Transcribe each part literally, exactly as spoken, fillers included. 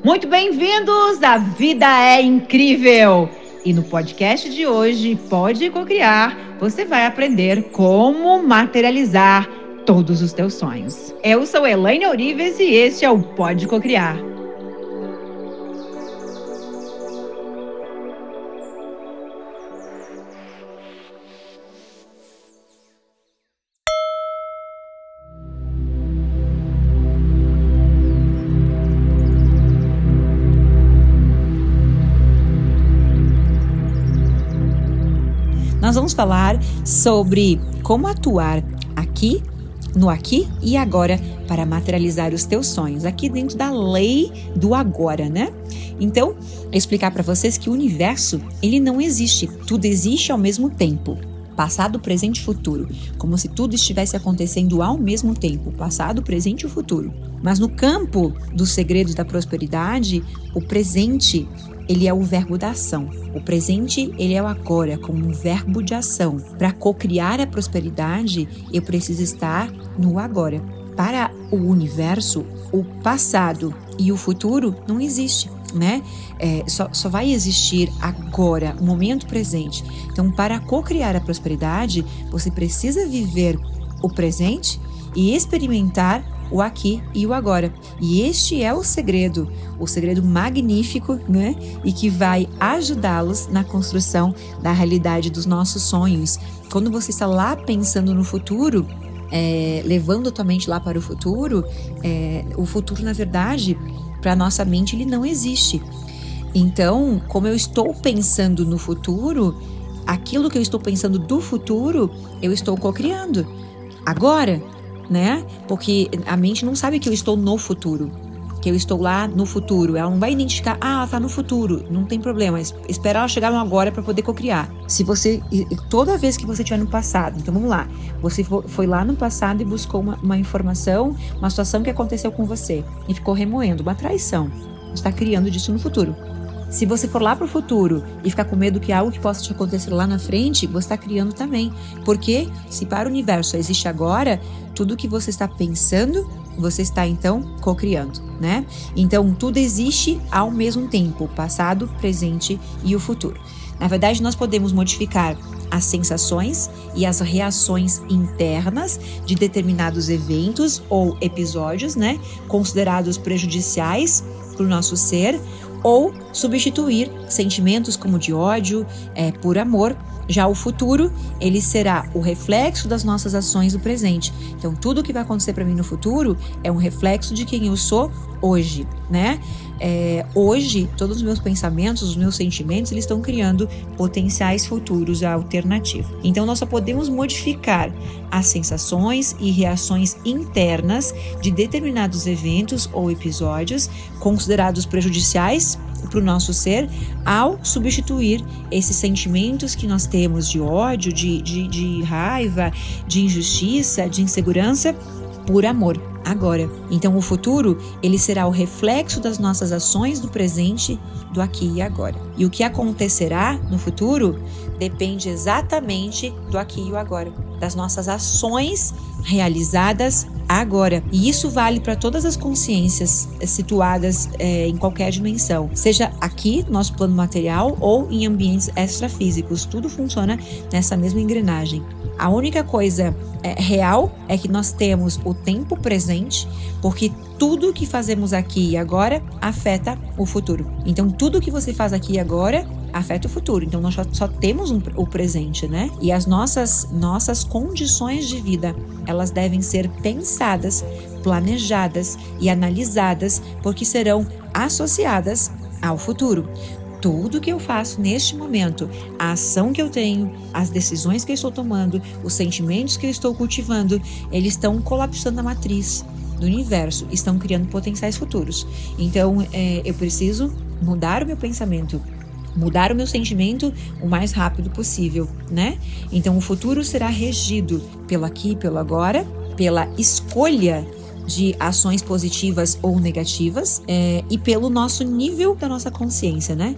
Muito bem-vindos! A vida é incrível! E no podcast de hoje, Pode Cocriar, você vai aprender como materializar todos os teus sonhos. Eu sou Elaine Ourives e este é o Pode Cocriar. Nós vamos falar sobre como atuar aqui, no aqui e agora para materializar os teus sonhos, aqui dentro da lei do agora, né? Então, explicar para vocês que o universo, ele não existe, tudo existe ao mesmo tempo. Passado, presente e futuro, como se tudo estivesse acontecendo ao mesmo tempo, passado, presente e futuro. Mas no campo dos segredos da prosperidade, o presente, ele é o verbo da ação. O presente, ele é o agora, como um verbo de ação. Para cocriar a prosperidade, eu preciso estar no agora. Para o universo, o passado e o futuro não existe, né? É, só, só vai existir agora, o momento presente. Então, para cocriar a prosperidade, você precisa viver o presente e experimentar o aqui e o agora. E este é o segredo, o segredo magnífico, né? E que vai ajudá-los na construção da realidade dos nossos sonhos. Quando você está lá pensando no futuro, é, levando a tua mente lá para o futuro, é, o futuro, na verdade, para a nossa mente, ele não existe. Então, como eu estou pensando no futuro, aquilo que eu estou pensando do futuro, eu estou cocriando agora, né? Porque a mente não sabe que eu estou no futuro, que eu estou lá no futuro. Ela não vai identificar, ah, ela está no futuro, não tem problema, espera ela chegar no agora para poder cocriar. Se você, toda vez que você estiver no passado, então vamos lá, você foi lá no passado e buscou uma, uma informação, uma situação que aconteceu com você e ficou remoendo, uma traição, você está criando disso no futuro. Se você for lá para o futuro e ficar com medo que algo que possa te acontecer lá na frente, você está criando também. Porque se para o universo existe agora, tudo que você está pensando, você está então cocriando, né? Então tudo existe ao mesmo tempo, o passado, presente e o futuro. Na verdade, nós podemos modificar as sensações e as reações internas de determinados eventos ou episódios, né? Considerados prejudiciais para o nosso ser, ou substituir sentimentos como de ódio é, por amor. Já o futuro, ele será o reflexo das nossas ações do presente. Então, tudo que vai acontecer para mim no futuro é um reflexo de quem eu sou hoje, né? É, hoje, todos os meus pensamentos, os meus sentimentos, eles estão criando potenciais futuros alternativos. Então, nós só podemos modificar as sensações e reações internas de determinados eventos ou episódios considerados prejudiciais para o nosso ser, ao substituir esses sentimentos que nós temos de ódio, de, de, de raiva, de injustiça, de insegurança, por amor, agora. Então, o futuro, ele será o reflexo das nossas ações do presente, do aqui e agora. E o que acontecerá no futuro depende exatamente do aqui e o agora, das nossas ações realizadas agora. E isso vale para todas as consciências situadas é, em qualquer dimensão, seja aqui, nosso plano material, ou em ambientes extrafísicos. Tudo funciona nessa mesma engrenagem. A única coisa é, real é que nós temos o tempo presente, porque tudo que fazemos aqui e agora afeta o futuro. Então, tudo que você faz aqui e agora afeta o futuro. Então, nós só, só temos um, o presente, né? E as nossas, nossas condições de vida, elas devem ser pensadas, planejadas e analisadas, porque serão associadas ao futuro. Tudo que eu faço neste momento, a ação que eu tenho, as decisões que eu estou tomando, os sentimentos que eu estou cultivando, eles estão colapsando a matriz do universo, estão criando potenciais futuros. Então, é, eu preciso mudar o meu pensamento, mudar o meu sentimento o mais rápido possível, né? Então, o futuro será regido pelo aqui e pelo agora, pela escolha de ações positivas ou negativas, é, e pelo nosso nível da nossa consciência, né?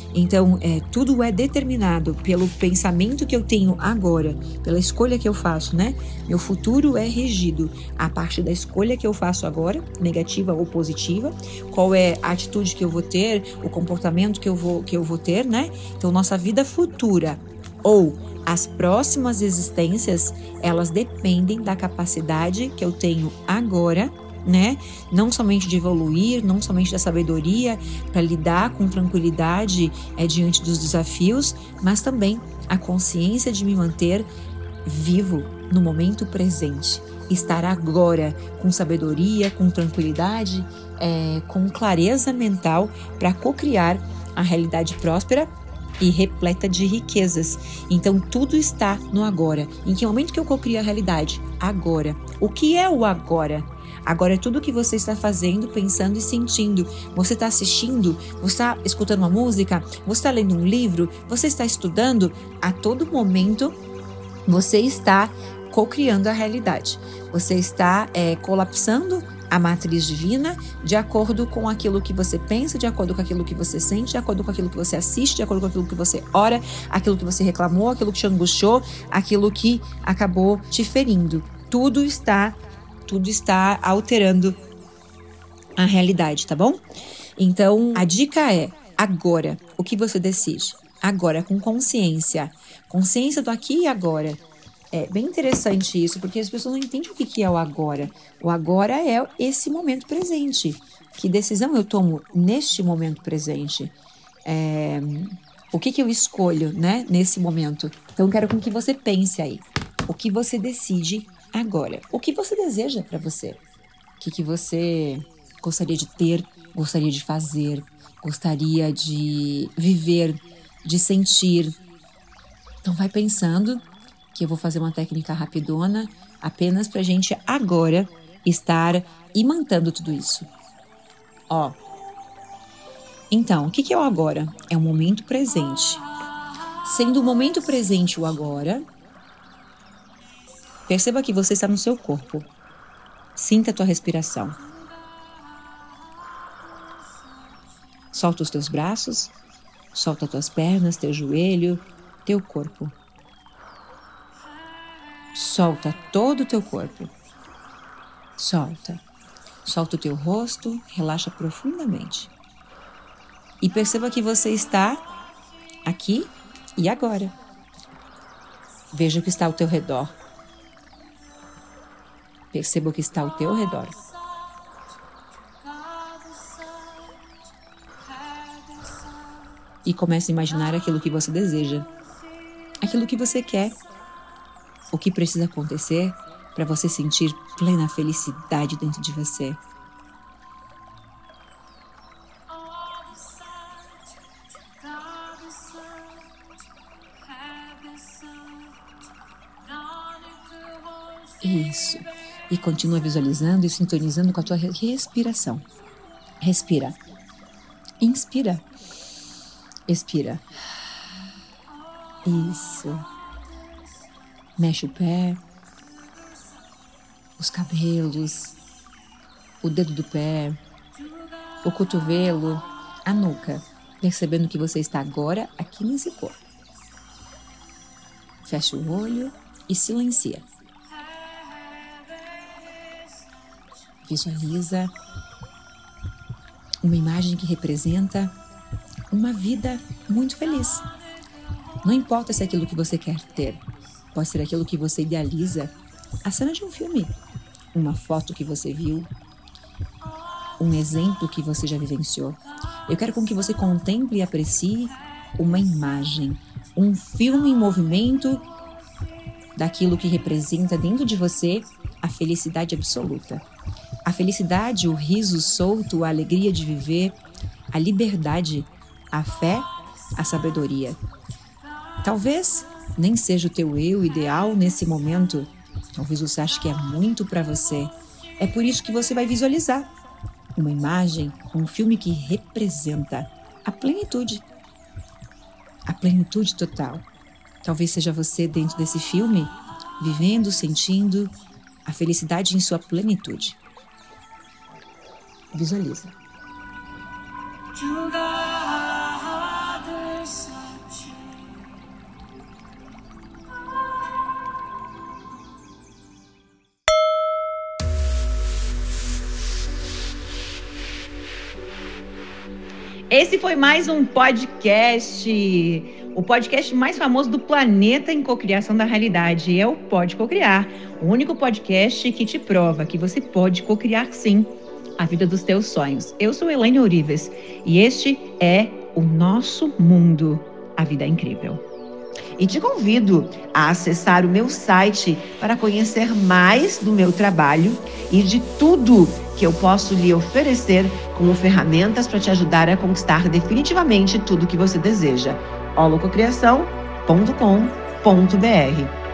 Então, é, tudo é determinado pelo pensamento que eu tenho agora, pela escolha que eu faço, né? Meu futuro é regido a partir da escolha que eu faço agora, negativa ou positiva. Qual é a atitude que eu vou ter, o comportamento que eu vou, que eu vou ter, né? Então, nossa vida futura ou as próximas existências, elas dependem da capacidade que eu tenho agora, né? Não somente de evoluir, não somente da sabedoria para lidar com tranquilidade é, diante dos desafios, mas também a consciência de me manter vivo no momento presente, estar agora com sabedoria, com tranquilidade, é, com clareza mental para co-criar a realidade próspera e repleta de riquezas. Então tudo está no agora. Em que momento que eu cocrio a realidade? Agora. O que é o agora? Agora é tudo que você está fazendo, pensando e sentindo. Você está assistindo, você está escutando uma música, você está lendo um livro, você está estudando. A todo momento você está co-criando a realidade. Você está é, colapsando a matriz divina de acordo com aquilo que você pensa, de acordo com aquilo que você sente, de acordo com aquilo que você assiste, de acordo com aquilo que você ora, aquilo que você reclamou, aquilo que te angustiou, aquilo que acabou te ferindo. Tudo está, tudo está alterando a realidade, tá bom? Então, a dica é, agora, o que você decide? Agora, com consciência. Consciência do aqui e agora. É bem interessante isso, porque as pessoas não entendem o que é o agora. O agora é esse momento presente. Que decisão eu tomo neste momento presente? É, o que, que eu escolho, né, nesse momento? Então, eu quero com que você pense aí. O que você decide agora? O que você deseja para você? O que, que você gostaria de ter, gostaria de fazer, gostaria de viver, de sentir? Então, vai pensando, que eu vou fazer uma técnica rapidona, apenas pra gente agora estar imantando tudo isso. Ó. Então, o que que é o agora? É o momento presente. Sendo o momento presente o agora, perceba que você está no seu corpo. Sinta a tua respiração. Solta os teus braços, solta as tuas pernas, teu joelho, teu corpo. Solta todo o teu corpo. Solta. Solta o teu rosto, relaxa profundamente. E perceba que você está aqui e agora. Veja o que está ao teu redor. Perceba o que está ao teu redor. E comece a imaginar aquilo que você deseja. Aquilo que você quer. O que precisa acontecer para você sentir plena felicidade dentro de você. Isso. E continua visualizando e sintonizando com a tua respiração. Respira. Inspira. Expira. Isso. Mexe o pé, os cabelos, o dedo do pé, o cotovelo, a nuca, percebendo que você está agora aqui nesse corpo. Fecha o olho e silencia. Visualiza uma imagem que representa uma vida muito feliz. Não importa se é aquilo que você quer ter. Pode ser aquilo que você idealiza, a cena de um filme, uma foto que você viu, um exemplo que você já vivenciou. Eu quero com que você contemple e aprecie uma imagem, um filme em movimento daquilo que representa dentro de você a felicidade absoluta. A felicidade, o riso solto, a alegria de viver, a liberdade, a fé, a sabedoria. Talvez nem seja o teu eu ideal nesse momento. Talvez você ache que é muito para você. É por isso que você vai visualizar uma imagem, um filme que representa a plenitude. A plenitude total. Talvez seja você dentro desse filme, vivendo, sentindo a felicidade em sua plenitude. Visualiza. Esse foi mais um podcast, o podcast mais famoso do planeta em cocriação da realidade. É o Pode Cocriar, o único podcast que te prova que você pode cocriar sim a vida dos teus sonhos. Eu sou Elaine Orives e este é o nosso mundo, a vida é incrível. E te convido a acessar o meu site para conhecer mais do meu trabalho e de tudo que eu posso lhe oferecer como ferramentas para te ajudar a conquistar definitivamente tudo que você deseja. holococriação ponto com ponto br